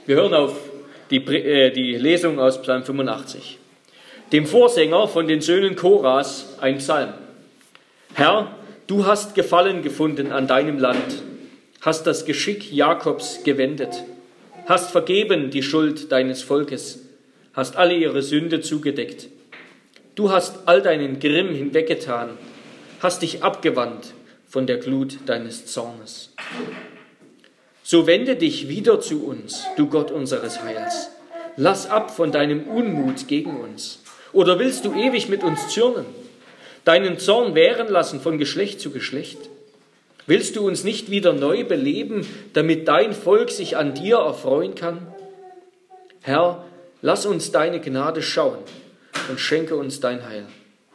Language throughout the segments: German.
Wir hören auf die Lesung aus Psalm 85. Dem Vorsänger von den Söhnen Koras ein Psalm. Herr, du hast Gefallen gefunden an deinem Land, hast das Geschick Jakobs gewendet, hast vergeben die Schuld deines Volkes, hast alle ihre Sünde zugedeckt. Du hast all deinen Grimm hinweggetan, hast dich abgewandt von der Glut deines Zornes. So wende dich wieder zu uns, du Gott unseres Heils. Lass ab von deinem Unmut gegen uns. Oder willst du ewig mit uns zürnen? Deinen Zorn währen lassen von Geschlecht zu Geschlecht? Willst du uns nicht wieder neu beleben, damit dein Volk sich an dir erfreuen kann? Herr, lass uns deine Gnade schauen und schenke uns dein Heil.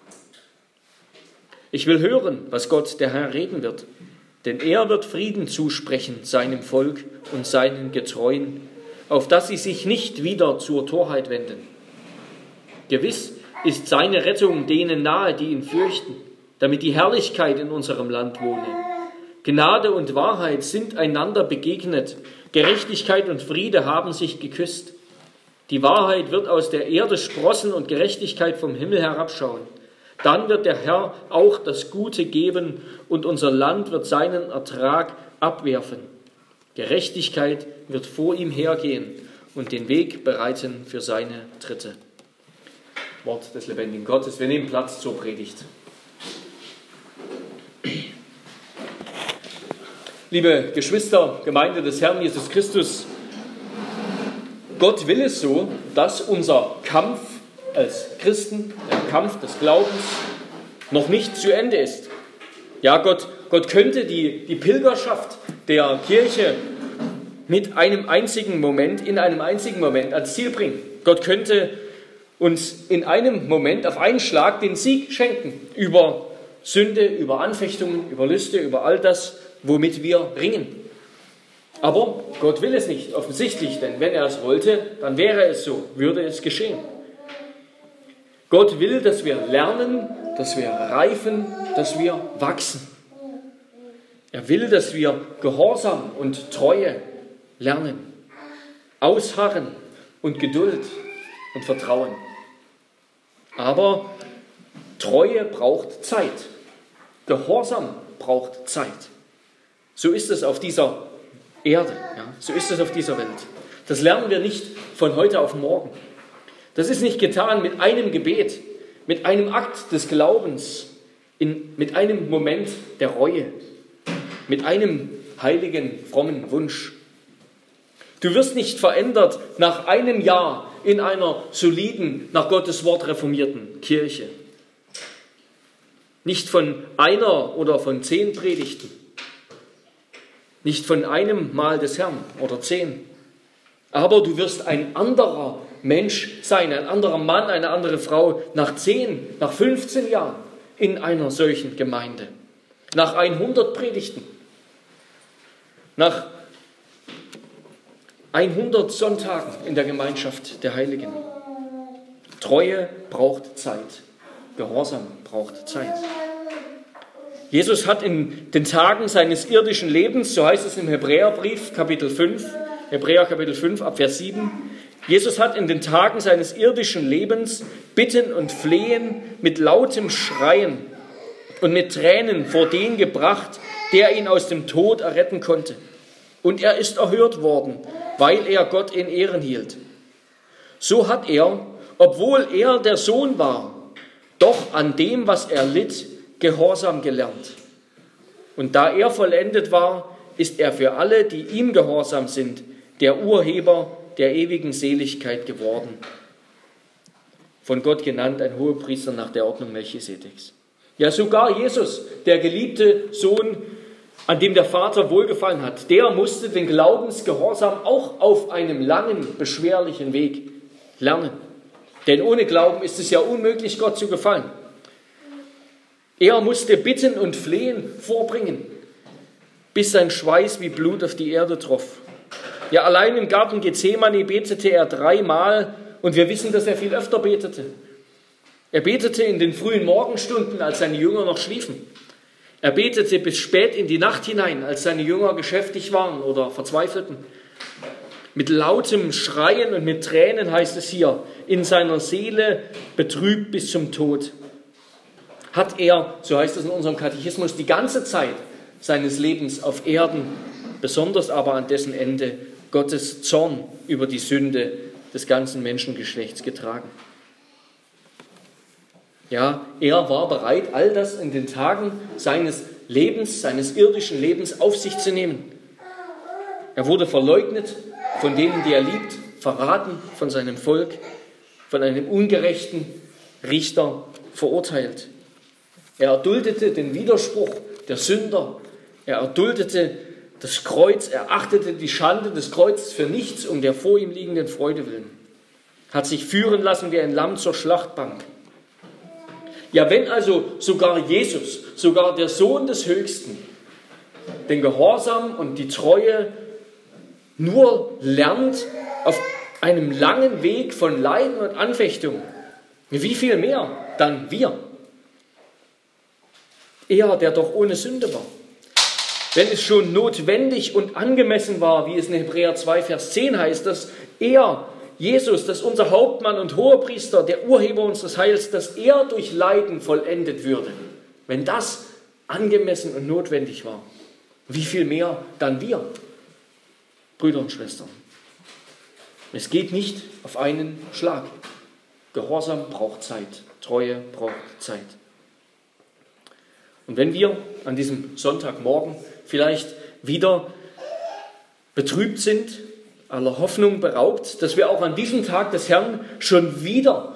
Ich will hören, was Gott, der Herr, reden wird. Denn er wird Frieden zusprechen seinem Volk und seinen Getreuen, auf dass sie sich nicht wieder zur Torheit wenden. Gewiss ist seine Rettung denen nahe, die ihn fürchten, damit die Herrlichkeit in unserem Land wohne. Gnade und Wahrheit sind einander begegnet, Gerechtigkeit und Friede haben sich geküsst. Die Wahrheit wird aus der Erde sprossen und Gerechtigkeit vom Himmel herabschauen. Dann wird der Herr auch das Gute geben und unser Land wird seinen Ertrag abwerfen. Gerechtigkeit wird vor ihm hergehen und den Weg bereiten für seine Tritte. Wort des lebendigen Gottes. Wir nehmen Platz zur Predigt. Liebe Geschwister, Gemeinde des Herrn Jesus Christus, Gott will es so, dass unser Kampf als Christen, der Kampf des Glaubens, noch nicht zu Ende ist. Ja, Gott könnte die Pilgerschaft der Kirche in einem einzigen Moment ans Ziel bringen. Gott könnte uns in einem Moment auf einen Schlag den Sieg schenken über Sünde, über Anfechtungen, über Lüste, über all das, womit wir ringen. Aber Gott will es nicht, offensichtlich, denn wenn er es wollte, dann wäre es so, würde es geschehen. Gott will, dass wir lernen, dass wir reifen, dass wir wachsen. Er will, dass wir Gehorsam und Treue lernen, Ausharren und Geduld und Vertrauen. Aber Treue braucht Zeit. Gehorsam braucht Zeit. So ist es auf dieser Erde, ja? So ist es auf dieser Welt. Das lernen wir nicht von heute auf morgen. Das ist nicht getan mit einem Gebet, mit einem Akt des Glaubens, mit einem Moment der Reue, mit einem heiligen, frommen Wunsch. Du wirst nicht verändert nach einem Jahr in einer soliden, nach Gottes Wort reformierten Kirche. Nicht von einer oder von 10 Predigten. Nicht von einem Mal des Herrn oder 10. Aber du wirst ein anderer Mensch sein, ein anderer Mann, eine andere Frau nach 10, nach 15 Jahren in einer solchen Gemeinde. Nach 100 Predigten. Nach 100 Sonntagen in der Gemeinschaft der Heiligen. Treue braucht Zeit. Gehorsam braucht Zeit. Jesus hat in den Tagen seines irdischen Lebens, so heißt es im Hebräerbrief, Kapitel 5, Hebräer Kapitel 5, ab Vers 7, Jesus hat in den Tagen seines irdischen Lebens Bitten und Flehen mit lautem Schreien und mit Tränen vor den gebracht, der ihn aus dem Tod erretten konnte. Und er ist erhört worden, weil er Gott in Ehren hielt. So hat er, obwohl er der Sohn war, doch an dem, was er litt, Gehorsam gelernt. Und da er vollendet war, ist er für alle, die ihm gehorsam sind, der Urheber der ewigen Seligkeit geworden. Von Gott genannt ein Hohepriester nach der Ordnung Melchisedeks. Ja, sogar Jesus, der geliebte Sohn, an dem der Vater wohlgefallen hat, der musste den Glaubensgehorsam auch auf einem langen, beschwerlichen Weg lernen. Denn ohne Glauben ist es ja unmöglich, Gott zu gefallen. Er musste Bitten und Flehen vorbringen, bis sein Schweiß wie Blut auf die Erde troff. Ja, allein im Garten Gethsemane betete er 3-mal und wir wissen, dass er viel öfter betete. Er betete in den frühen Morgenstunden, als seine Jünger noch schliefen. Er betete bis spät in die Nacht hinein, als seine Jünger geschäftig waren oder verzweifelten. mit lautem Schreien und mit Tränen, heißt es hier, in seiner Seele betrübt bis zum Tod. Hat er, so heißt es in unserem Katechismus, die ganze Zeit seines Lebens auf Erden, besonders aber an dessen Ende, Gottes Zorn über die Sünde des ganzen Menschengeschlechts getragen. Ja, er war bereit, all das in den Tagen seines Lebens, seines irdischen Lebens auf sich zu nehmen. Er wurde verleugnet von denen, die er liebt, verraten von seinem Volk, von einem ungerechten Richter verurteilt. Er erduldete den Widerspruch der Sünder. Er erduldete das Kreuz, er achtete die Schande des Kreuzes für nichts um der vor ihm liegenden Freude willen. Hat sich führen lassen wie ein Lamm zur Schlachtbank. Ja, wenn also sogar Jesus, sogar der Sohn des Höchsten, den Gehorsam und die Treue nur lernt auf einem langen Weg von Leiden und Anfechtung, wie viel mehr dann wir? Er, der doch ohne Sünde war. Wenn es schon notwendig und angemessen war, wie es in Hebräer 2, Vers 10 heißt, dass er, Jesus, dass unser Hauptmann und Hohepriester, der Urheber unseres Heils, dass er durch Leiden vollendet würde. Wenn das angemessen und notwendig war, wie viel mehr dann wir, Brüder und Schwestern. Es geht nicht auf einen Schlag. Gehorsam braucht Zeit, Treue braucht Zeit. Und wenn wir an diesem Sonntagmorgen vielleicht wieder betrübt sind, aller Hoffnung beraubt, dass wir auch an diesem Tag des Herrn schon wieder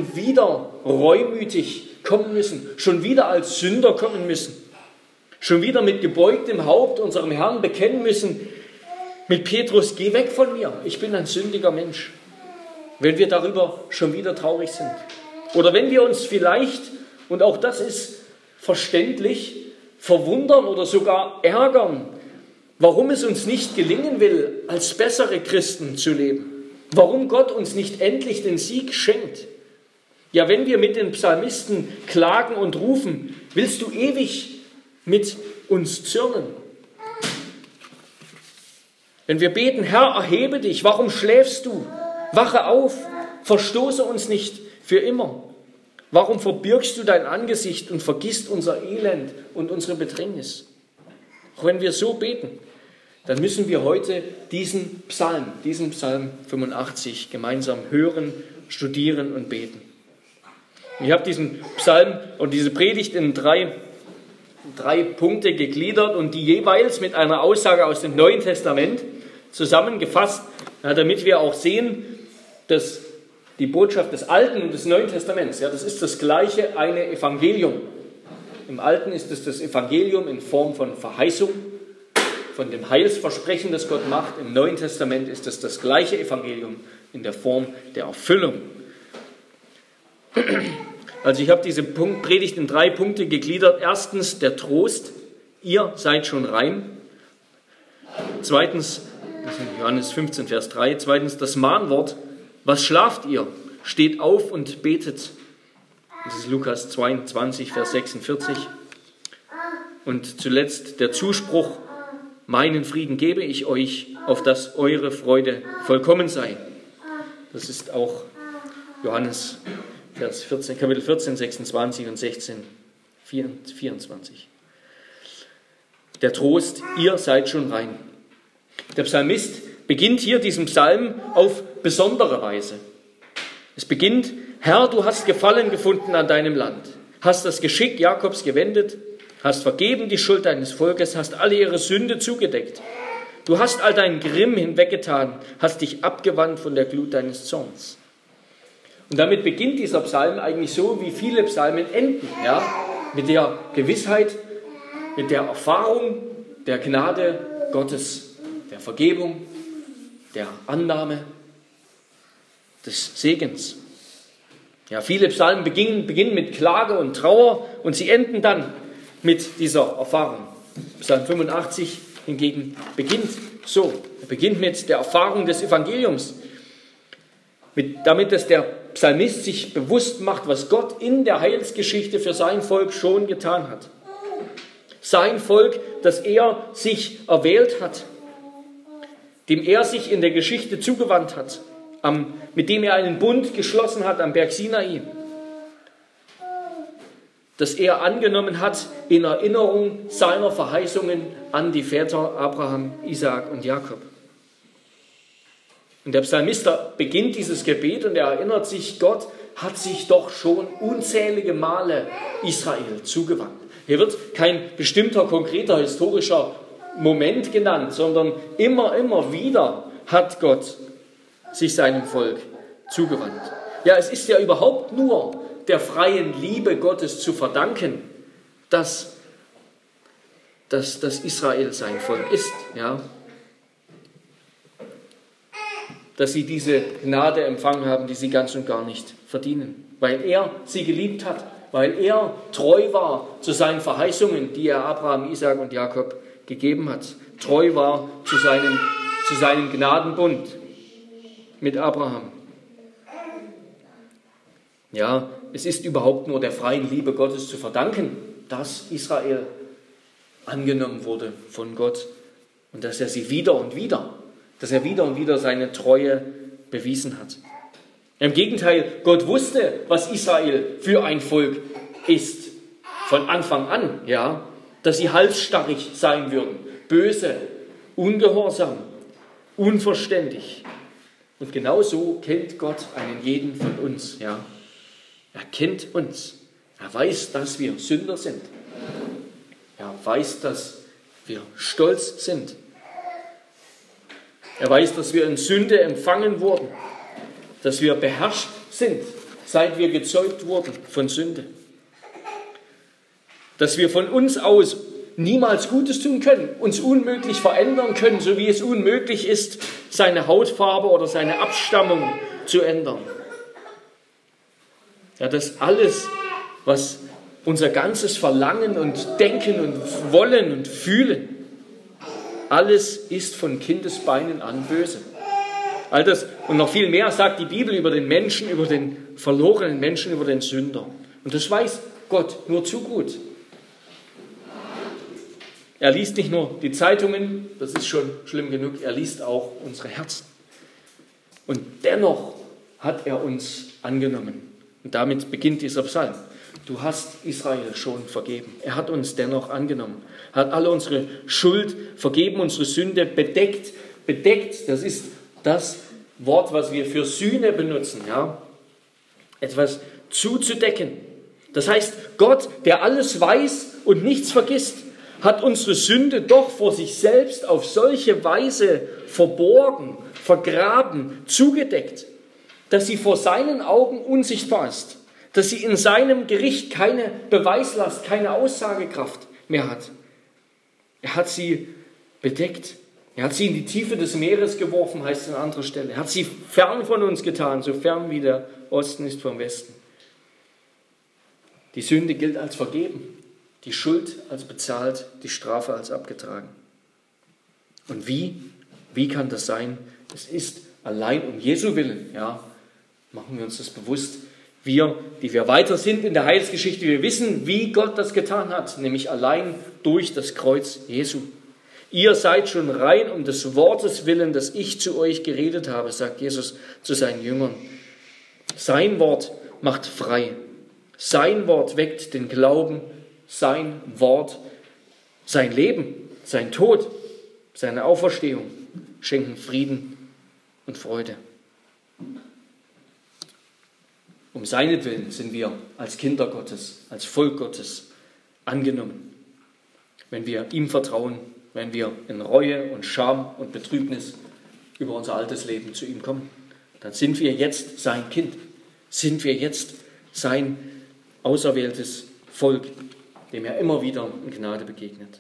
reumütig kommen müssen, schon wieder als Sünder kommen müssen, schon wieder mit gebeugtem Haupt unserem Herrn bekennen müssen, mit Petrus, geh weg von mir, ich bin ein sündiger Mensch. Wenn wir darüber schon wieder traurig sind. Oder wenn wir uns vielleicht, und auch das ist verständlich, verwundern oder sogar ärgern, warum es uns nicht gelingen will, als bessere Christen zu leben. Warum Gott uns nicht endlich den Sieg schenkt. Ja, wenn wir mit den Psalmisten klagen und rufen, willst du ewig mit uns zürnen? Wenn wir beten, Herr, erhebe dich, warum schläfst du? Wache auf, verstoße uns nicht für immer. Warum verbirgst du dein Angesicht und vergisst unser Elend und unsere Bedrängnis? Auch wenn wir so beten, dann müssen wir heute diesen Psalm 85 gemeinsam hören, studieren und beten. Ich habe diesen Psalm und diese Predigt in drei Punkte gegliedert und die jeweils mit einer Aussage aus dem Neuen Testament zusammengefasst, damit wir auch sehen, dass die Botschaft des Alten und des Neuen Testaments, das ist das gleiche eine Evangelium. Im Alten ist es das Evangelium in Form von Verheißung, von dem Heilsversprechen, das Gott macht. Im Neuen Testament ist es das gleiche Evangelium in der Form der Erfüllung. Also ich habe diese Predigt in 3 Punkte gegliedert. Erstens der Trost, ihr seid schon rein. Zweitens, das ist in Johannes 15, Vers 3. Zweitens das Mahnwort, was schlaft ihr? Steht auf und betet. Das ist Lukas 22, Vers 46. Und zuletzt der Zuspruch, meinen Frieden gebe ich euch, auf dass eure Freude vollkommen sei. Das ist auch Johannes Kapitel 14, 26 und 16, 24. Der Trost, ihr seid schon rein. Der Psalmist beginnt hier diesen Psalm auf besondere Weise. Es beginnt, Herr, du hast Gefallen gefunden an deinem Land, hast das Geschick Jakobs gewendet, hast vergeben die Schuld deines Volkes, hast alle ihre Sünde zugedeckt. Du hast all deinen Grimm hinweggetan, hast dich abgewandt von der Glut deines Zorns. Und damit beginnt dieser Psalm eigentlich so, wie viele Psalmen enden, mit der Gewissheit, mit der Erfahrung der Gnade Gottes, der Vergebung, der Annahme, des Segens. Ja, viele Psalmen beginnen mit Klage und Trauer und sie enden dann mit dieser Erfahrung. Psalm 85 hingegen beginnt so. Er beginnt mit der Erfahrung des Evangeliums. Damit, dass der Psalmist sich bewusst macht, was Gott in der Heilsgeschichte für sein Volk schon getan hat. Sein Volk, das er sich erwählt hat. dem er sich in der Geschichte zugewandt hat, mit dem er einen Bund geschlossen hat am Berg Sinai, das er angenommen hat in Erinnerung seiner Verheißungen an die Väter Abraham, Isaak und Jakob. Und der Psalmist beginnt dieses Gebet und er erinnert sich, Gott hat sich doch schon unzählige Male Israel zugewandt. Hier wird kein bestimmter, konkreter, historischer Moment genannt, sondern immer wieder hat Gott sich seinem Volk zugewandt. Ja, es ist ja überhaupt nur der freien Liebe Gottes zu verdanken, dass Israel sein Volk ist. Ja? Dass sie diese Gnade empfangen haben, die sie ganz und gar nicht verdienen. Weil er sie geliebt hat, weil er treu war zu seinen Verheißungen, die er Abraham, Isaak und Jakob gegeben hat. Treu war zu seinem Gnadenbund mit Abraham. Ja, es ist überhaupt nur der freien Liebe Gottes zu verdanken, dass Israel angenommen wurde von Gott und dass er sie wieder und wieder seine Treue bewiesen hat. Im Gegenteil, Gott wusste, was Israel für ein Volk ist. Von Anfang an, ja, dass sie halsstarrig sein würden, böse, ungehorsam, unverständig. Und genau so kennt Gott einen jeden von uns, ja. Er kennt uns. Er weiß, dass wir Sünder sind. Er weiß, dass wir stolz sind. Er weiß, dass wir in Sünde empfangen wurden, dass wir beherrscht sind, seit wir gezeugt wurden von Sünde. Dass wir von uns aus niemals Gutes tun können, uns unmöglich verändern können, so wie es unmöglich ist, seine Hautfarbe oder seine Abstammung zu ändern. Ja, das alles, was unser ganzes Verlangen und Denken und Wollen und Fühlen, alles ist von Kindesbeinen an böse. All das und noch viel mehr sagt die Bibel über den Menschen, über den verlorenen Menschen, über den Sünder. Und das weiß Gott nur zu gut. Er liest nicht nur die Zeitungen, das ist schon schlimm genug, er liest auch unsere Herzen. Und dennoch hat er uns angenommen. Und damit beginnt dieser Psalm. Du hast Israel schon vergeben. Er hat uns dennoch angenommen. Er hat alle unsere Schuld vergeben, unsere Sünde bedeckt. Bedeckt, das ist das Wort, was wir für Sühne benutzen. Ja? Etwas zuzudecken. Das heißt, Gott, der alles weiß und nichts vergisst, hat unsere Sünde doch vor sich selbst auf solche Weise verborgen, vergraben, zugedeckt, dass sie vor seinen Augen unsichtbar ist, dass sie in seinem Gericht keine Beweislast, keine Aussagekraft mehr hat. Er hat sie bedeckt, er hat sie in die Tiefe des Meeres geworfen, heißt es an anderer Stelle. Er hat sie fern von uns getan, so fern wie der Osten ist vom Westen. Die Sünde gilt als vergeben, die Schuld als bezahlt, die Strafe als abgetragen. Und wie kann das sein? Es ist allein um Jesu Willen, ja, machen wir uns das bewusst. Wir, die wir weiter sind in der Heilsgeschichte, wir wissen, wie Gott das getan hat, nämlich allein durch das Kreuz Jesu. Ihr seid schon rein um des Wortes willen, das ich zu euch geredet habe, sagt Jesus zu seinen Jüngern. Sein Wort macht frei. Sein Wort weckt den Glauben. Sein Wort, sein Leben, sein Tod, seine Auferstehung schenken Frieden und Freude. Um seinetwillen sind wir als Kinder Gottes, als Volk Gottes angenommen. Wenn wir ihm vertrauen, wenn wir in Reue und Scham und Betrübnis über unser altes Leben zu ihm kommen, dann sind wir jetzt sein Kind, sind wir jetzt sein auserwähltes Volk, dem er immer wieder in Gnade begegnet.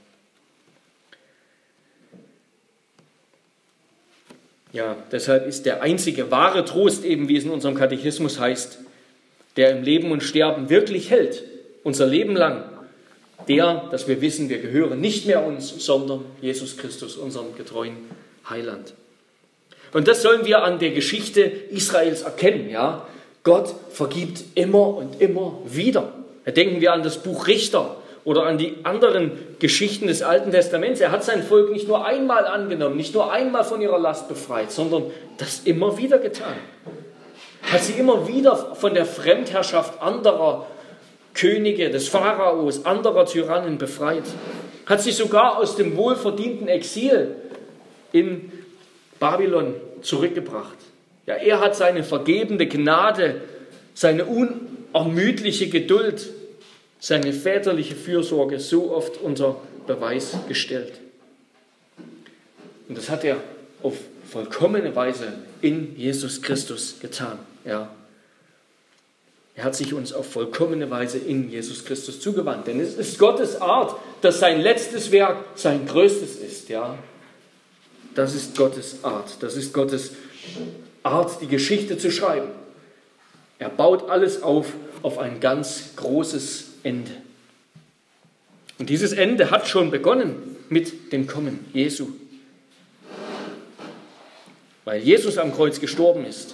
Ja, deshalb ist der einzige wahre Trost eben, wie es in unserem Katechismus heißt, der im Leben und Sterben wirklich hält, unser Leben lang, der, dass wir wissen, wir gehören nicht mehr uns, sondern Jesus Christus, unserem getreuen Heiland. Und das sollen wir an der Geschichte Israels erkennen. Ja? Gott vergibt immer und immer wieder. Da denken wir an das Buch Richter, oder an die anderen Geschichten des Alten Testaments. Er hat sein Volk nicht nur einmal angenommen, nicht nur einmal von ihrer Last befreit, sondern das immer wieder getan. Hat sie immer wieder von der Fremdherrschaft anderer Könige, des Pharaos, anderer Tyrannen befreit. Hat sie sogar aus dem wohlverdienten Exil in Babylon zurückgebracht. Ja, er hat seine vergebende Gnade, seine unermüdliche Geduld, seine väterliche Fürsorge so oft unter Beweis gestellt. Und das hat er auf vollkommene Weise in Jesus Christus getan. Ja. Er hat sich uns auf vollkommene Weise in Jesus Christus zugewandt. Denn es ist Gottes Art, dass sein letztes Werk sein größtes ist. Ja. Das ist Gottes Art. Das ist Gottes Art, die Geschichte zu schreiben. Er baut alles auf ein ganz großes Ende. Und dieses Ende hat schon begonnen mit dem Kommen Jesu. Weil Jesus am Kreuz gestorben ist,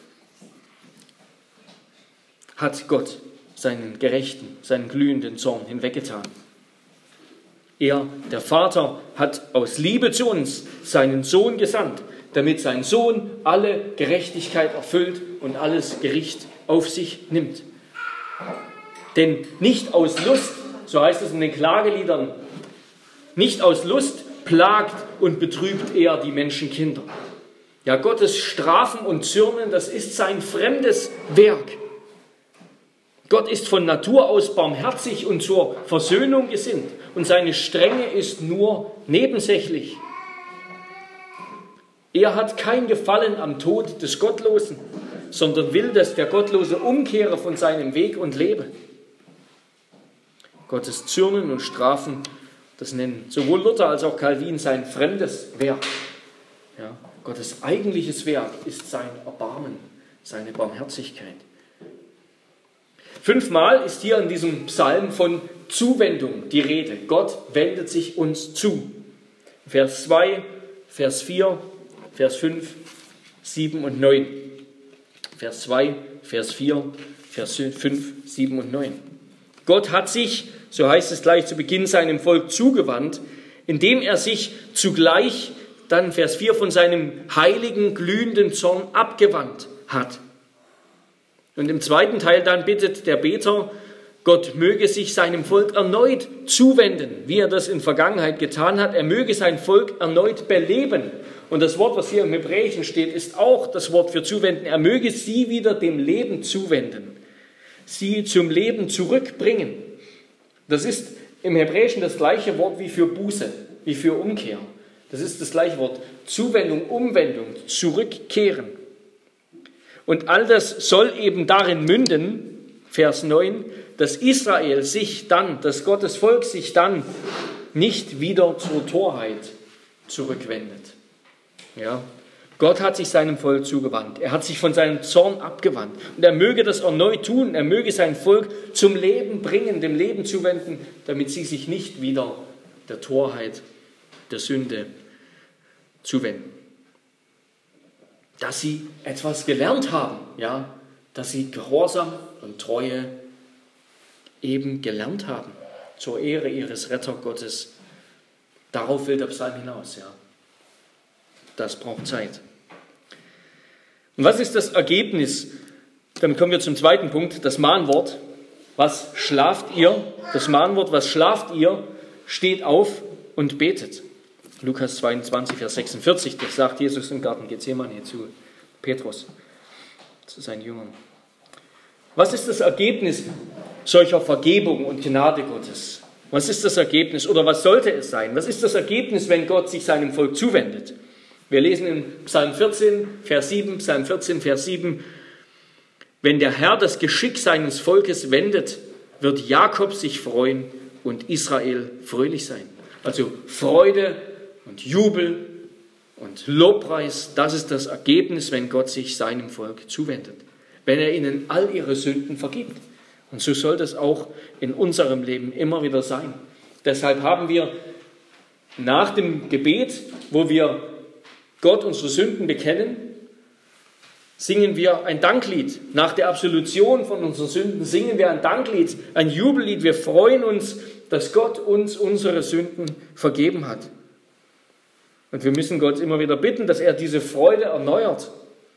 hat Gott seinen gerechten, seinen glühenden Zorn hinweggetan. Er, der Vater, hat aus Liebe zu uns seinen Sohn gesandt, damit sein Sohn alle Gerechtigkeit erfüllt und alles Gericht auf sich nimmt. Denn nicht aus Lust, so heißt es in den Klageliedern, nicht aus Lust plagt und betrübt er die Menschenkinder. Ja, Gottes Strafen und Zürnen, das ist sein fremdes Werk. Gott ist von Natur aus barmherzig und zur Versöhnung gesinnt. Und seine Strenge ist nur nebensächlich. Er hat kein Gefallen am Tod des Gottlosen, sondern will, dass der Gottlose umkehre von seinem Weg und lebe. Gottes Zürnen und Strafen, das nennen sowohl Luther als auch Calvin sein fremdes Werk. Ja, Gottes eigentliches Werk ist sein Erbarmen, seine Barmherzigkeit. 5-mal ist hier in diesem Psalm von Zuwendung die Rede. Gott wendet sich uns zu. Vers 2, Vers 4, Vers 5, 7 und 9. Vers 2, Vers 4, Vers 5, 7 und 9. Gott hat sich, so heißt es gleich zu Beginn, seinem Volk zugewandt, indem er sich zugleich, dann Vers 4, von seinem heiligen, glühenden Zorn abgewandt hat. Und im zweiten Teil dann bittet der Beter, Gott möge sich seinem Volk erneut zuwenden, wie er das in Vergangenheit getan hat. Er möge sein Volk erneut beleben. Und das Wort, was hier im Hebräischen steht, ist auch das Wort für zuwenden. Er möge sie wieder dem Leben zuwenden, sie zum Leben zurückbringen. Das ist im Hebräischen das gleiche Wort wie für Buße, wie für Umkehr. Das ist das gleiche Wort. Zuwendung, Umwendung, zurückkehren. Und all das soll eben darin münden, Vers 9, dass Israel sich dann, dass Gottes Volk sich dann nicht wieder zur Torheit zurückwendet. Ja, Gott hat sich seinem Volk zugewandt. Er hat sich von seinem Zorn abgewandt. Und er möge das erneut tun. Er möge sein Volk zum Leben bringen, dem Leben zuwenden, damit sie sich nicht wieder der Torheit, der Sünde zuwenden. Dass sie etwas gelernt haben, ja, dass sie Gehorsam und Treue eben gelernt haben, zur Ehre ihres Rettergottes. Darauf will der Psalm hinaus, ja. Das braucht Zeit. Und was ist das Ergebnis? Dann kommen wir zum zweiten Punkt, das Mahnwort. Was schlaft ihr? Das Mahnwort, was schlaft ihr, steht auf und betet. Lukas 22, Vers 46, das sagt Jesus im Garten Gethsemane zu Petrus, zu seinen Jüngern. Was ist das Ergebnis solcher Vergebung und Gnade Gottes? Was ist das Ergebnis oder was sollte es sein? Was ist das Ergebnis, wenn Gott sich seinem Volk zuwendet? Wir lesen in Psalm 14, Vers 7, Psalm 14, Vers 7, wenn der Herr das Geschick seines Volkes wendet, wird Jakob sich freuen und Israel fröhlich sein. Also Freude und Jubel und Lobpreis, das ist das Ergebnis, wenn Gott sich seinem Volk zuwendet. Wenn er ihnen all ihre Sünden vergibt. Und so soll das auch in unserem Leben immer wieder sein. Deshalb haben wir nach dem Gebet, wo wir Gott unsere Sünden bekennen, singen wir ein Danklied. Nach der Absolution von unseren Sünden singen wir ein Danklied, ein Jubellied. Wir freuen uns dass Gott uns unsere Sünden vergeben hat. Und wir müssen Gott immer wieder bitten, dass er diese Freude erneuert.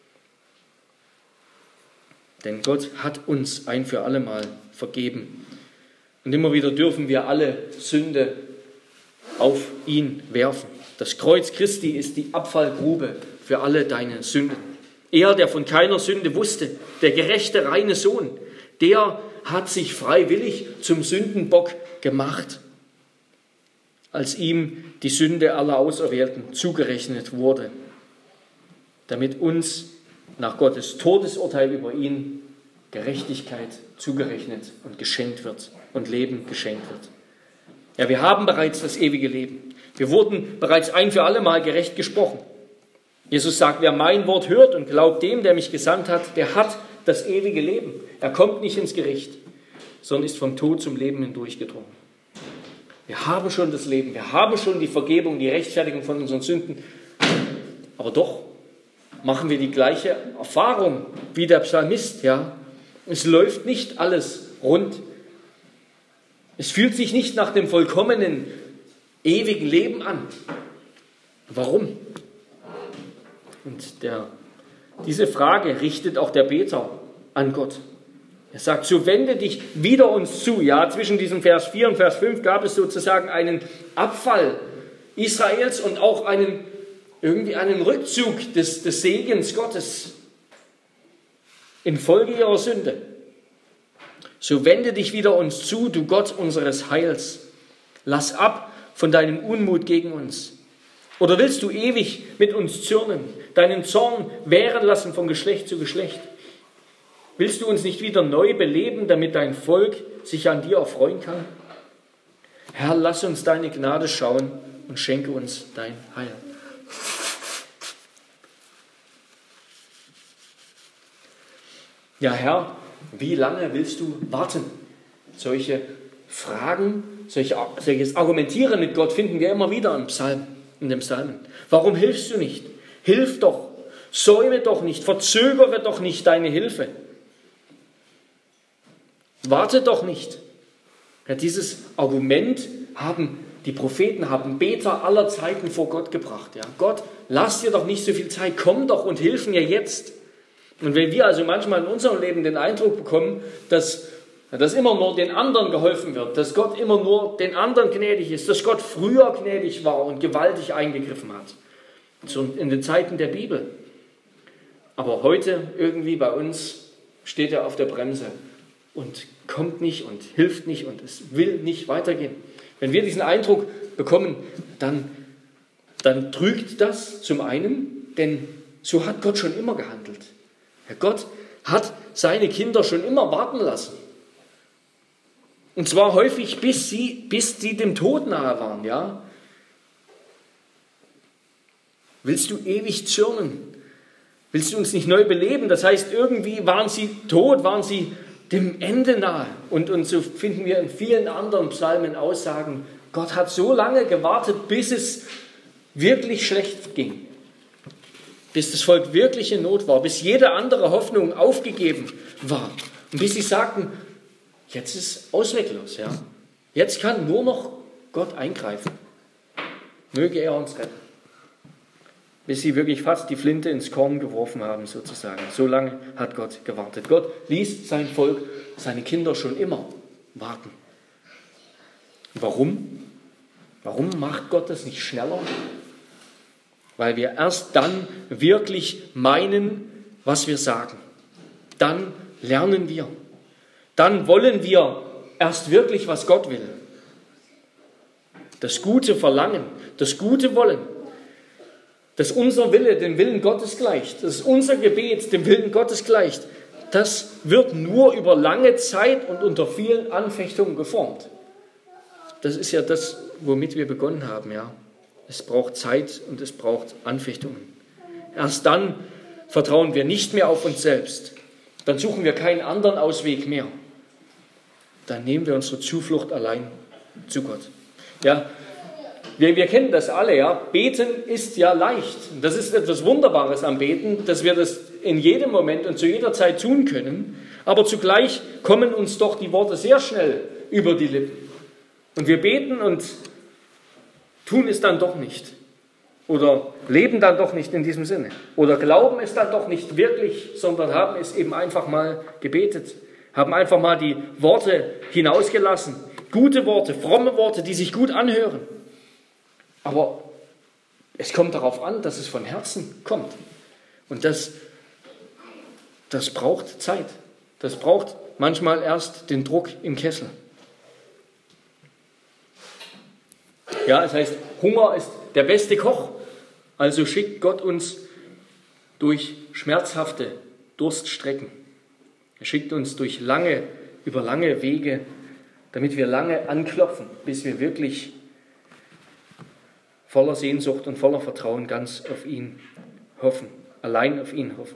Denn Gott hat uns ein für alle Mal vergeben. Und immer wieder dürfen wir alle Sünde auf ihn werfen. Das Kreuz Christi ist die Abfallgrube für alle deine Sünden. Er, der von keiner Sünde wusste, der gerechte, reine Sohn, der hat sich freiwillig zum Sündenbock gemacht, als ihm die Sünde aller Auserwählten zugerechnet wurde, damit uns nach Gottes Todesurteil über ihn Gerechtigkeit zugerechnet und geschenkt wird und Leben geschenkt wird. Ja, wir haben bereits das ewige Leben. Wir wurden bereits ein für alle Mal gerecht gesprochen. Jesus sagt, wer mein Wort hört und glaubt dem, der mich gesandt hat, der hat das ewige Leben. Er kommt nicht ins Gericht, sondern ist vom Tod zum Leben hindurchgedrungen. Wir haben schon das Leben, wir haben schon die Vergebung, die Rechtfertigung von unseren Sünden. Aber doch machen wir die gleiche Erfahrung wie der Psalmist. Ja? Es läuft nicht alles rund. Es fühlt sich nicht nach dem vollkommenen, ewigen Leben an. Warum? Und diese Frage richtet auch der Beter an Gott. Er sagt, so wende dich wieder uns zu. Ja, zwischen diesem Vers 4 und Vers 5 gab es sozusagen einen Abfall Israels und auch einen Rückzug des Segens Gottes infolge ihrer Sünde. So wende dich wieder uns zu, du Gott unseres Heils. Lass ab von deinem Unmut gegen uns. Oder willst du ewig mit uns zürnen, deinen Zorn währen lassen von Geschlecht zu Geschlecht? Willst du uns nicht wieder neu beleben, damit dein Volk sich an dir erfreuen kann? Herr, lass uns deine Gnade schauen und schenke uns dein Heil. Ja, Herr, wie lange willst du warten? Solche Fragen, solches Argumentieren mit Gott finden wir immer wieder in den Psalmen. Warum hilfst du nicht? Hilf doch, säume doch nicht, verzögere doch nicht deine Hilfe. Warte doch nicht. Ja, dieses Argument haben die Propheten, haben Beter aller Zeiten vor Gott gebracht. Ja, Gott, lass dir doch nicht so viel Zeit, komm doch und hilf mir jetzt. Und wenn wir also manchmal in unserem Leben den Eindruck bekommen, dass immer nur den anderen geholfen wird, dass Gott immer nur den anderen gnädig ist, dass Gott früher gnädig war und gewaltig eingegriffen hat, so in den Zeiten der Bibel. Aber heute irgendwie bei uns steht er auf der Bremse und kommt nicht und hilft nicht und es will nicht weitergehen. Wenn wir diesen Eindruck bekommen, dann trügt das zum einen, denn so hat Gott schon immer gehandelt. Ja, Gott hat seine Kinder schon immer warten lassen. Und zwar häufig, bis sie dem Tod nahe waren. Ja? Willst du ewig zürnen? Willst du uns nicht neu beleben? Das heißt, irgendwie waren sie tot, waren sie dem Ende nahe. Und so finden wir in vielen anderen Psalmen Aussagen, Gott hat so lange gewartet, bis es wirklich schlecht ging. Bis das Volk wirklich in Not war, bis jede andere Hoffnung aufgegeben war. Und bis sie sagten, jetzt ist ausweglos. Ja? Jetzt kann nur noch Gott eingreifen. Möge er uns retten. Bis sie wirklich fast die Flinte ins Korn geworfen haben, sozusagen. So lange hat Gott gewartet. Gott ließ sein Volk, seine Kinder schon immer warten. Warum? Warum macht Gott das nicht schneller? Weil wir erst dann wirklich meinen, was wir sagen. Dann lernen wir. Dann wollen wir erst wirklich, was Gott will. Das Gute verlangen, das Gute wollen. Dass unser Wille dem Willen Gottes gleicht, dass unser Gebet dem Willen Gottes gleicht, das wird nur über lange Zeit und unter vielen Anfechtungen geformt. Das ist ja das, womit wir begonnen haben, ja. Es braucht Zeit und es braucht Anfechtungen. Erst dann vertrauen wir nicht mehr auf uns selbst. Dann suchen wir keinen anderen Ausweg mehr. Dann nehmen wir unsere Zuflucht allein zu Gott. Ja, wir kennen das alle, ja. Beten ist ja leicht. Das ist etwas Wunderbares am Beten, dass wir das in jedem Moment und zu jeder Zeit tun können. Aber zugleich kommen uns doch die Worte sehr schnell über die Lippen. Und wir beten und tun es dann doch nicht. Oder leben dann doch nicht in diesem Sinne. Oder glauben es dann doch nicht wirklich, sondern haben es eben einfach mal gebetet. Haben einfach mal die Worte hinausgelassen. Gute Worte, fromme Worte, die sich gut anhören. Aber es kommt darauf an, dass es von Herzen kommt. Und das braucht Zeit. Das braucht manchmal erst den Druck im Kessel. Ja, es heißt, Hunger ist der beste Koch. Also schickt Gott uns durch schmerzhafte Durststrecken. Er schickt uns über lange Wege, damit wir lange anklopfen, bis wir wirklich voller Sehnsucht und voller Vertrauen ganz auf ihn hoffen, allein auf ihn hoffen.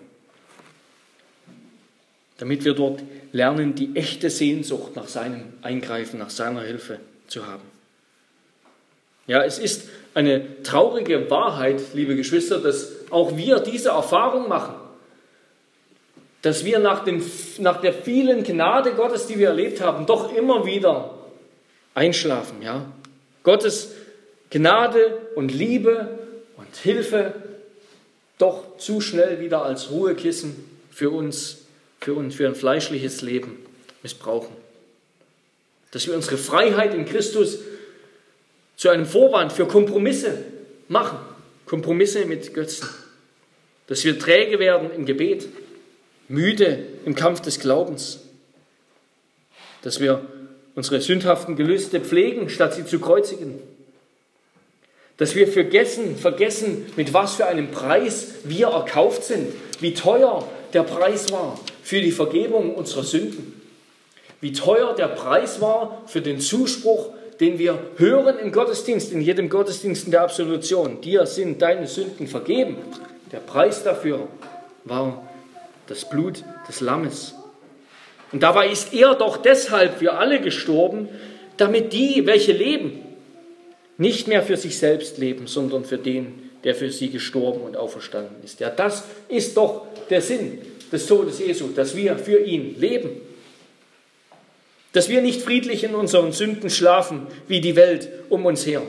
Damit wir dort lernen, die echte Sehnsucht nach seinem Eingreifen, nach seiner Hilfe zu haben. Ja, es ist eine traurige Wahrheit, liebe Geschwister, dass auch wir diese Erfahrung machen. Dass wir nach der vielen Gnade Gottes, die wir erlebt haben, doch immer wieder einschlafen. Ja? Gottes Gnade und Liebe und Hilfe doch zu schnell wieder als Ruhekissen für ein fleischliches Leben missbrauchen. Dass wir unsere Freiheit in Christus zu einem Vorwand für Kompromisse machen. Kompromisse mit Götzen. Dass wir träge werden im Gebet, müde im Kampf des Glaubens. Dass wir unsere sündhaften Gelüste pflegen, statt sie zu kreuzigen. Dass wir vergessen, mit was für einem Preis wir erkauft sind. Wie teuer der Preis war für die Vergebung unserer Sünden. Wie teuer der Preis war für den Zuspruch, den wir hören im Gottesdienst, in jedem Gottesdienst in der Absolution. Dir sind deine Sünden vergeben. Der Preis dafür war das Blut des Lammes. Und dabei ist er doch deshalb für alle gestorben, damit die, welche leben, nicht mehr für sich selbst leben, sondern für den, der für sie gestorben und auferstanden ist. Ja, das ist doch der Sinn des Todes Jesu, dass wir für ihn leben. Dass wir nicht friedlich in unseren Sünden schlafen, wie die Welt um uns her.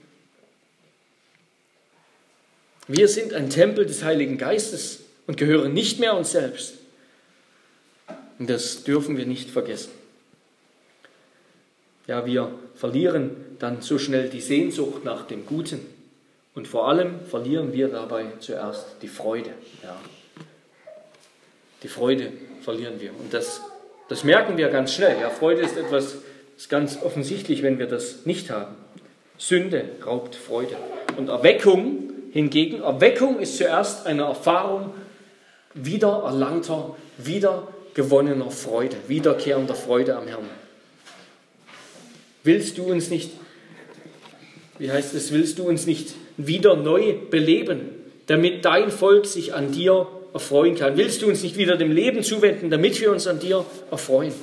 Wir sind ein Tempel des Heiligen Geistes und gehören nicht mehr uns selbst. Und das dürfen wir nicht vergessen. Ja, wir verlieren dann so schnell die Sehnsucht nach dem Guten. Und vor allem verlieren wir dabei zuerst die Freude. Ja. Die Freude verlieren wir. Und das merken wir ganz schnell. Ja, Freude ist etwas, ist ganz offensichtlich, wenn wir das nicht haben. Sünde raubt Freude. Und Erweckung hingegen, Erweckung ist zuerst eine Erfahrung wiedererlangter, wiedergewonnener Freude, wiederkehrender Freude am Herrn. Willst du uns nicht wieder neu beleben, damit dein Volk sich an dir erfreuen kann? Willst du uns nicht wieder dem Leben zuwenden, damit wir uns an dir erfreuen?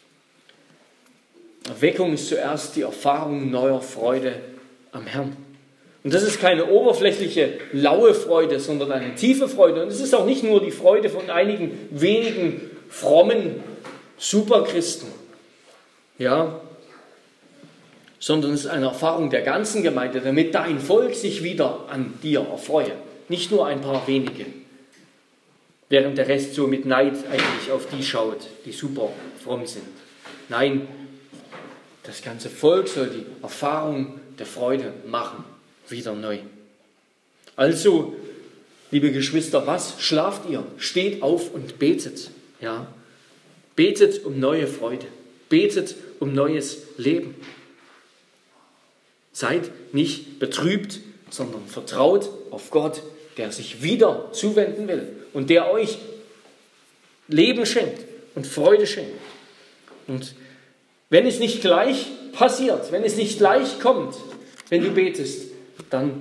Erweckung ist zuerst die Erfahrung neuer Freude am Herrn. Und das ist keine oberflächliche, laue Freude, sondern eine tiefe Freude. Und es ist auch nicht nur die Freude von einigen wenigen frommen Superchristen, ja, sondern es ist eine Erfahrung der ganzen Gemeinde, damit dein Volk sich wieder an dir erfreue. Nicht nur ein paar wenige, während der Rest so mit Neid eigentlich auf die schaut, die super fromm sind. Nein, das ganze Volk soll die Erfahrung der Freude machen, wieder neu. Also, liebe Geschwister, was schlaft ihr? Steht auf und betet. Ja? Betet um neue Freude. Betet um neues Leben. Seid nicht betrübt, sondern vertraut auf Gott, der sich wieder zuwenden will und der euch Leben schenkt und Freude schenkt. Und wenn es nicht gleich passiert, wenn es nicht gleich kommt, wenn du betest, dann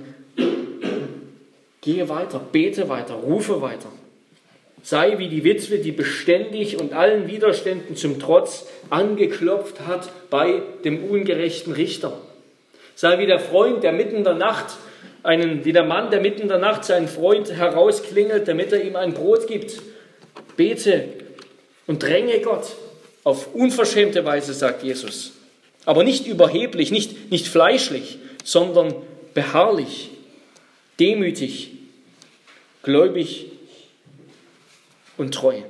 gehe weiter, bete weiter, rufe weiter. Sei wie die Witwe, die beständig und allen Widerständen zum Trotz angeklopft hat bei dem ungerechten Richter. Sei wie der Freund, der mitten in der Nacht, wie der Mann, der mitten in der Nacht seinen Freund herausklingelt, damit er ihm ein Brot gibt. Bete und dränge Gott auf unverschämte Weise, sagt Jesus. aber nicht überheblich, nicht fleischlich, sondern beharrlich, demütig, gläubig und treu.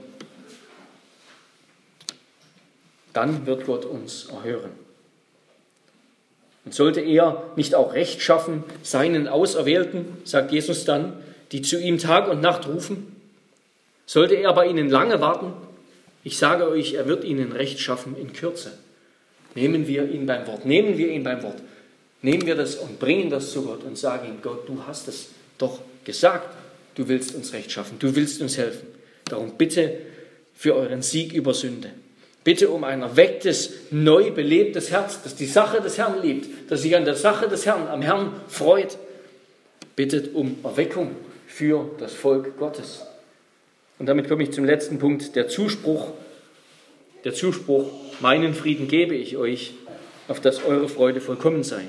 Dann wird Gott uns erhören. Und sollte er nicht auch Recht schaffen, seinen Auserwählten, sagt Jesus dann, die zu ihm Tag und Nacht rufen? Sollte er bei ihnen lange warten? Ich sage euch, er wird ihnen Recht schaffen in Kürze. Nehmen wir ihn beim Wort, nehmen wir ihn beim Wort. Nehmen wir das und bringen das zu Gott und sagen ihm, Gott, du hast es doch gesagt. Du willst uns Recht schaffen, du willst uns helfen. Darum bitte für euren Sieg über Sünde. Bitte um ein erwecktes, neu belebtes Herz, das die Sache des Herrn liebt, das sich an der Sache des Herrn, am Herrn freut. Bittet um Erweckung für das Volk Gottes. Und damit komme ich zum letzten Punkt, der Zuspruch, meinen Frieden gebe ich euch, auf dass eure Freude vollkommen sei.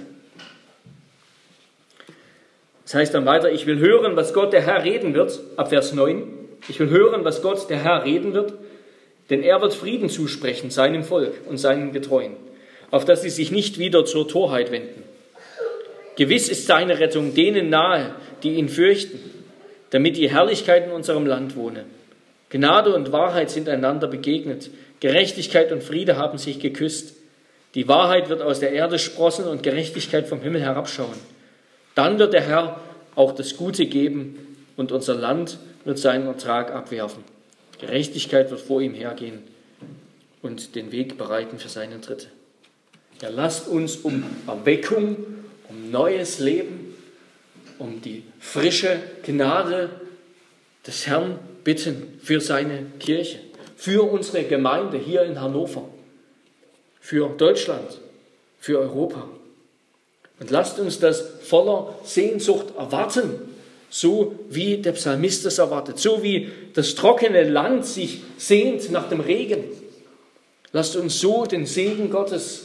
Das heißt dann weiter, ich will hören, was Gott der Herr reden wird, ab Vers 9. Ich will hören, was Gott der Herr reden wird, denn er wird Frieden zusprechen seinem Volk und seinen Getreuen, auf dass sie sich nicht wieder zur Torheit wenden. Gewiss ist seine Rettung denen nahe, die ihn fürchten, damit die Herrlichkeit in unserem Land wohne. Gnade und Wahrheit sind einander begegnet, Gerechtigkeit und Friede haben sich geküsst. Die Wahrheit wird aus der Erde sprossen und Gerechtigkeit vom Himmel herabschauen. Dann wird der Herr auch das Gute geben und unser Land wird seinen Ertrag abwerfen. Gerechtigkeit wird vor ihm hergehen und den Weg bereiten für seine Tritte. Ja, lasst uns um Erweckung, um neues Leben, um die frische Gnade des Herrn bitten für seine Kirche, für unsere Gemeinde hier in Hannover, für Deutschland, für Europa. Und lasst uns das voller Sehnsucht erwarten, so wie der Psalmist es erwartet, so wie das trockene Land sich sehnt nach dem Regen. Lasst uns so den Segen Gottes,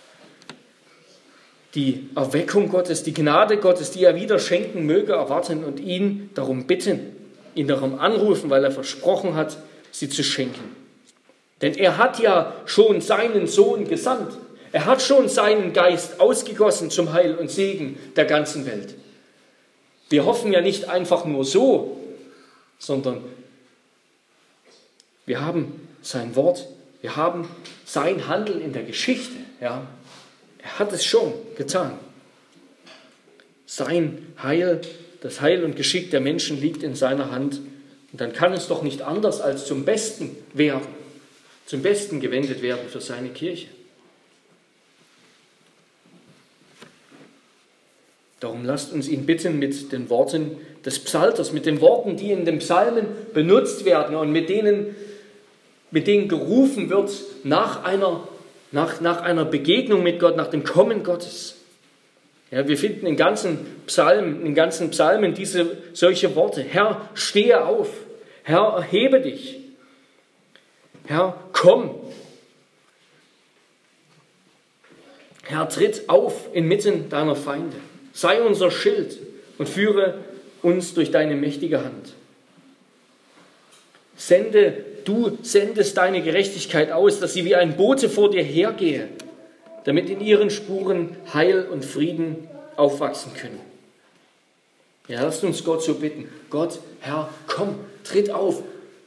die Erweckung Gottes, die Gnade Gottes, die er wieder schenken möge, erwarten und ihn darum bitten, ihn darum anrufen, weil er versprochen hat, sie zu schenken. Denn er hat ja schon seinen Sohn gesandt. Er hat schon seinen Geist ausgegossen zum Heil und Segen der ganzen Welt. Wir hoffen ja nicht einfach nur so, sondern wir haben sein Wort, wir haben sein Handeln in der Geschichte. Ja. Er hat es schon getan. Sein Heil, das Heil und Geschick der Menschen liegt in seiner Hand. Und dann kann es doch nicht anders als zum Besten werden, zum Besten gewendet werden für seine Kirche. Darum lasst uns ihn bitten mit den Worten des Psalters, mit den Worten, die in den Psalmen benutzt werden und mit denen gerufen wird nach einer Begegnung mit Gott, nach dem Kommen Gottes. Ja, wir finden in ganzen Psalmen solche Worte. Herr, stehe auf. Herr, erhebe dich. Herr, komm. Herr, tritt auf inmitten deiner Feinde. Sei unser Schild und führe uns durch deine mächtige Hand. Du sendest deine Gerechtigkeit aus, dass sie wie ein Bote vor dir hergehe, damit in ihren Spuren Heil und Frieden aufwachsen können. Ja, lasst uns Gott so bitten. Gott, Herr, komm, tritt auf.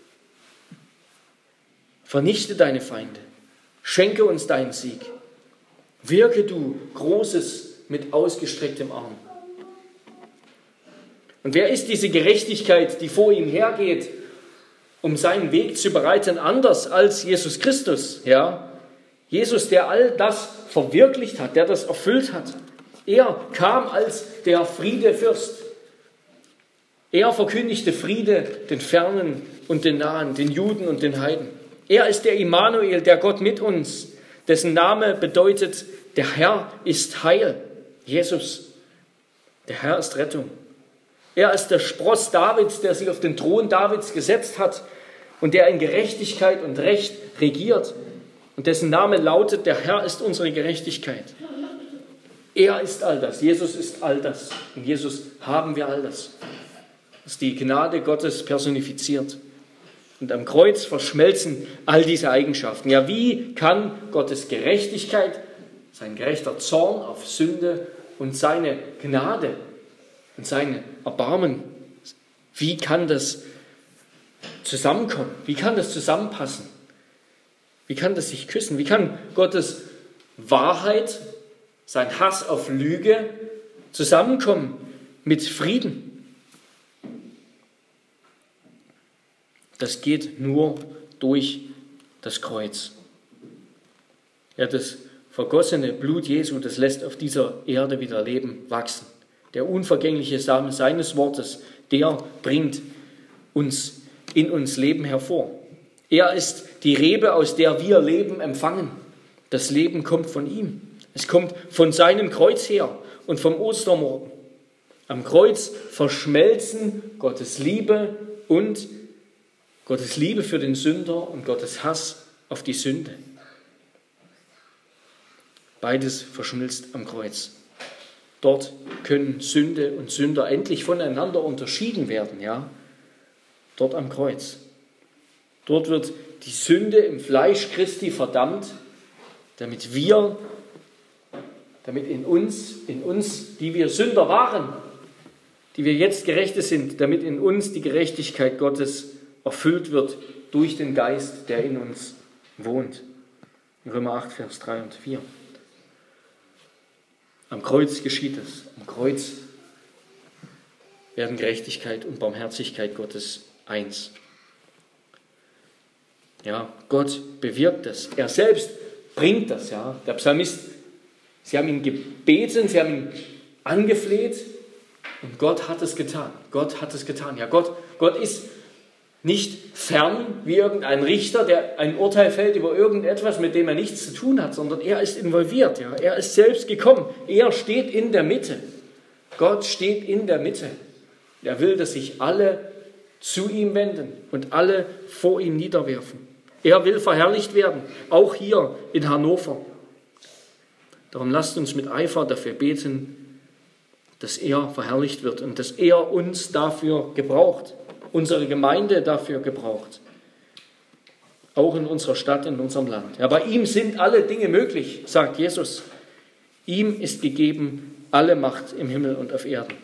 Vernichte deine Feinde. Schenke uns deinen Sieg. Wirke du Großes mit ausgestrecktem Arm. Und wer ist diese Gerechtigkeit, die vor ihm hergeht, um seinen Weg zu bereiten, anders als Jesus Christus? Ja? Jesus, der all das verwirklicht hat, der das erfüllt hat. Er kam als der Friedefürst. Er verkündigte Friede den Fernen und den Nahen, den Juden und den Heiden. Er ist der Immanuel, der Gott mit uns, dessen Name bedeutet, der Herr ist Heil. Jesus, der Herr ist Rettung. Er ist der Spross Davids, der sich auf den Thron Davids gesetzt hat und der in Gerechtigkeit und Recht regiert und dessen Name lautet, der Herr ist unsere Gerechtigkeit. Er ist all das, Jesus ist all das. In Jesus haben wir all das. Das ist die Gnade Gottes personifiziert. Und am Kreuz verschmelzen all diese Eigenschaften. Ja, wie kann Gottes Gerechtigkeit sein gerechter Zorn auf Sünde und seine Gnade und sein Erbarmen. Wie kann das zusammenkommen? Wie kann das zusammenpassen? Wie kann das sich küssen? Wie kann Gottes Wahrheit, sein Hass auf Lüge zusammenkommen mit Frieden? Das geht nur durch das Kreuz. Ja, das vergossene Blut Jesu, das lässt auf dieser Erde wieder Leben wachsen. Der unvergängliche Same seines Wortes, der bringt in uns Leben hervor. Er ist die Rebe, aus der wir Leben empfangen. Das Leben kommt von ihm. Es kommt von seinem Kreuz her und vom Ostermorgen. Am Kreuz verschmelzen Gottes Liebe und Gottes Liebe für den Sünder und Gottes Hass auf die Sünde. Beides verschmilzt am Kreuz. Dort können Sünde und Sünder endlich voneinander unterschieden werden. Ja? Dort am Kreuz. Dort wird die Sünde im Fleisch Christi verdammt, damit in uns, die wir Sünder waren, die wir jetzt Gerechte sind, damit in uns die Gerechtigkeit Gottes erfüllt wird durch den Geist, der in uns wohnt. Römer 8, Vers 3 und 4. Am Kreuz geschieht es. Am Kreuz werden Gerechtigkeit und Barmherzigkeit Gottes eins. Ja, Gott bewirkt das. Er selbst bringt das. Ja. Der Psalmist, sie haben ihn gebeten, sie haben ihn angefleht und Gott hat es getan. Gott hat es getan. Ja, Gott ist nicht fern wie irgendein Richter, der ein Urteil fällt über irgendetwas, mit dem er nichts zu tun hat, sondern er ist involviert. Ja. Er ist selbst gekommen. Er steht in der Mitte. Gott steht in der Mitte. Er will, dass sich alle zu ihm wenden und alle vor ihm niederwerfen. Er will verherrlicht werden, auch hier in Hannover. Darum lasst uns mit Eifer dafür beten, dass er verherrlicht wird und dass er uns dafür gebraucht, unsere Gemeinde dafür gebraucht. Auch in unserer Stadt, in unserem Land. Ja, bei ihm sind alle Dinge möglich, sagt Jesus. Ihm ist gegeben alle Macht im Himmel und auf Erden.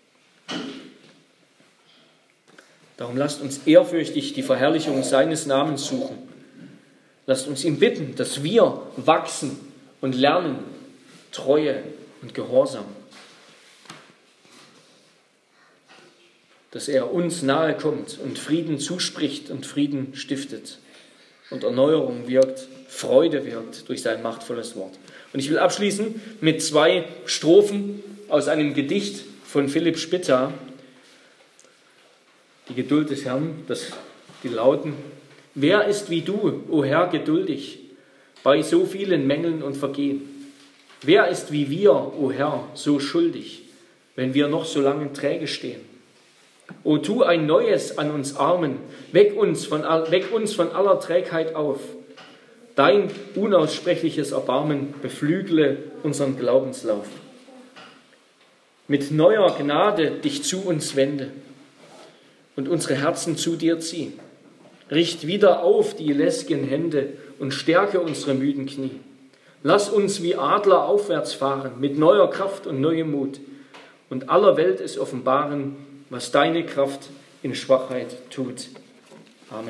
Darum lasst uns ehrfürchtig die Verherrlichung seines Namens suchen. Lasst uns ihm bitten, dass wir wachsen und lernen, Treue und Gehorsam. Dass er uns nahe kommt und Frieden zuspricht und Frieden stiftet und Erneuerung wirkt, Freude wirkt durch sein machtvolles Wort. Und ich will abschließen mit 2 Strophen aus einem Gedicht von Philipp Spitta, die Geduld des Herrn, die lauten: Wer ist wie du, o Herr, geduldig, bei so vielen Mängeln und Vergehen? Wer ist wie wir, o Herr, so schuldig, wenn wir noch so lange träge stehen? O tu ein Neues an uns Armen, weck uns von aller Trägheit auf. Dein unaussprechliches Erbarmen beflügle unseren Glaubenslauf. Mit neuer Gnade dich zu uns wende und unsere Herzen zu dir zieh. Richt wieder auf die lässigen Hände und stärke unsere müden Knie. Lass uns wie Adler aufwärts fahren, mit neuer Kraft und neuem Mut und aller Welt es offenbaren, was deine Kraft in Schwachheit tut. Amen.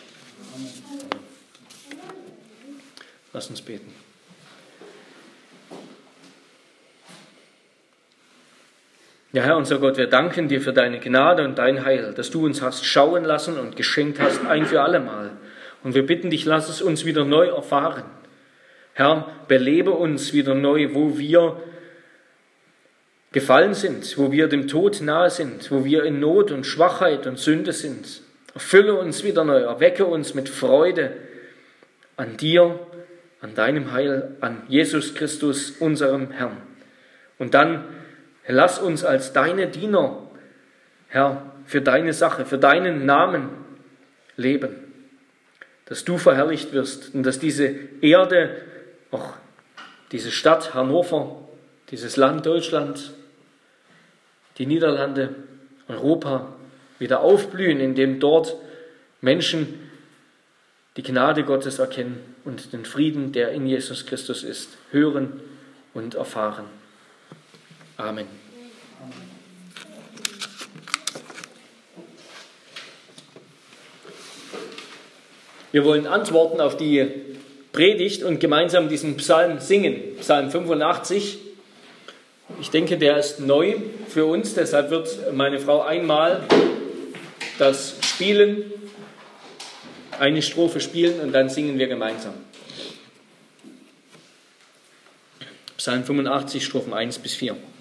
Lass uns beten. Ja, Herr, unser Gott, wir danken dir für deine Gnade und dein Heil, dass du uns hast schauen lassen und geschenkt hast, ein für allemal. Und wir bitten dich, lass es uns wieder neu erfahren. Herr, belebe uns wieder neu, wo wir gefallen sind, wo wir dem Tod nahe sind, wo wir in Not und Schwachheit und Sünde sind. Erfülle uns wieder neu, erwecke uns mit Freude an dir, an deinem Heil, an Jesus Christus, unserem Herrn. Und dann lass uns als deine Diener, Herr, für deine Sache, für deinen Namen leben. Dass du verherrlicht wirst und dass diese Erde, auch diese Stadt Hannover, dieses Land Deutschland, die Niederlande, Europa wieder aufblühen, indem dort Menschen die Gnade Gottes erkennen und den Frieden, der in Jesus Christus ist, hören und erfahren. Amen. Wir wollen antworten auf die Predigt und gemeinsam diesen Psalm singen, Psalm 85. Ich denke, der ist neu für uns, deshalb wird meine Frau einmal das Spielen, eine Strophe spielen und dann singen wir gemeinsam. Psalm 85, Strophen 1 bis 4.